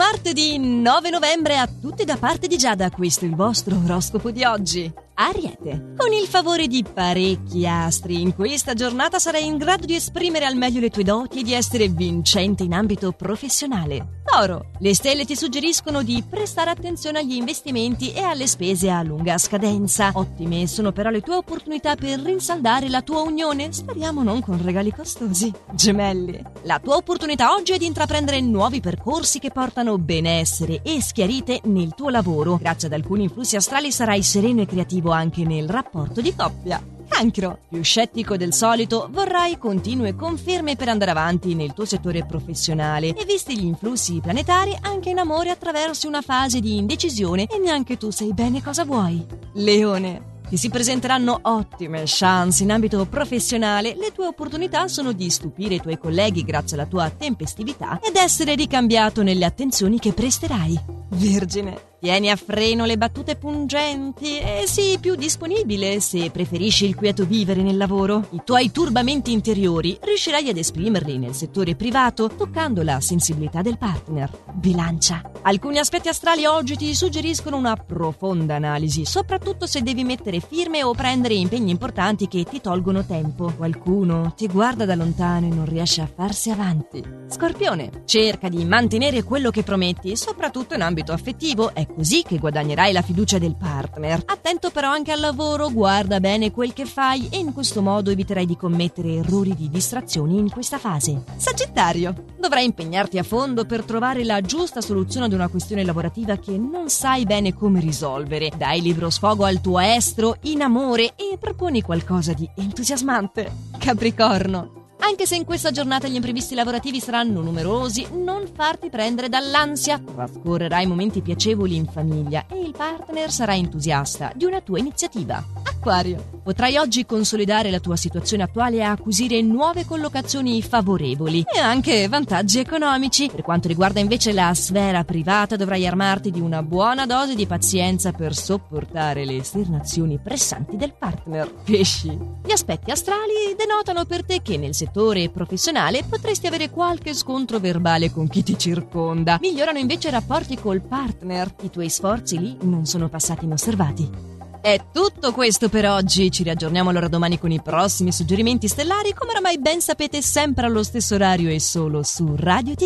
martedì 9 novembre a tutti da parte di Giada, questo è il vostro oroscopo di oggi. Ariete, con il favore di parecchi astri, in questa giornata sarai in grado di esprimere al meglio le tue doti e di essere vincente in ambito professionale. Toro, le stelle ti suggeriscono di prestare attenzione agli investimenti e alle spese a lunga scadenza. Ottime sono però le tue opportunità per rinsaldare la tua unione, speriamo non con regali costosi. Gemelli, la tua opportunità oggi è di intraprendere nuovi percorsi che portano benessere e schiarite nel tuo lavoro. Grazie ad alcuni influssi astrali sarai sereno e creativo anche nel rapporto di coppia. Cancro, più scettico del solito, vorrai continue conferme per andare avanti nel tuo settore professionale e visti gli influssi planetari anche in amore attraversi una fase di indecisione e neanche tu sai bene cosa vuoi. Leone, ti si presenteranno ottime chance in ambito professionale, le tue opportunità sono di stupire i tuoi colleghi grazie alla tua tempestività ed essere ricambiato nelle attenzioni che presterai. Vergine, tieni a freno le battute pungenti e sii più disponibile se preferisci il quieto vivere nel lavoro. I tuoi turbamenti interiori riuscirai ad esprimerli nel settore privato toccando la sensibilità del partner. Bilancia, alcuni aspetti astrali oggi ti suggeriscono una profonda analisi, soprattutto se devi mettere firme o prendere impegni importanti che ti tolgono tempo. Qualcuno ti guarda da lontano e non riesce a farsi avanti. Scorpione, cerca di mantenere quello che prometti, soprattutto in ambito affettivo, è così che guadagnerai la fiducia del partner. Attento però anche al lavoro, guarda bene quel che fai e in questo modo eviterai di commettere errori di distrazioni in questa fase. Sagittario, dovrai impegnarti a fondo per trovare la giusta soluzione ad una questione lavorativa che non sai bene come risolvere. Dai libero sfogo al tuo estro in amore e proponi qualcosa di entusiasmante. Capricorno, anche se in questa giornata gli imprevisti lavorativi saranno numerosi, non farti prendere dall'ansia. Trascorrerai momenti piacevoli in famiglia e il partner sarà entusiasta di una tua iniziativa. Acquario, potrai oggi consolidare la tua situazione attuale e acquisire nuove collocazioni favorevoli e anche vantaggi economici. Per quanto riguarda invece la sfera privata, dovrai armarti di una buona dose di pazienza per sopportare le esternazioni pressanti del partner. Pesci, gli aspetti astrali denotano per te che nel settore professionale potresti avere qualche scontro verbale con chi ti circonda. Migliorano invece i rapporti col partner. I tuoi sforzi lì non sono passati inosservati. È tutto questo per oggi, ci riaggiorniamo allora domani con i prossimi suggerimenti stellari, come oramai ben sapete sempre allo stesso orario e solo su Radio TV.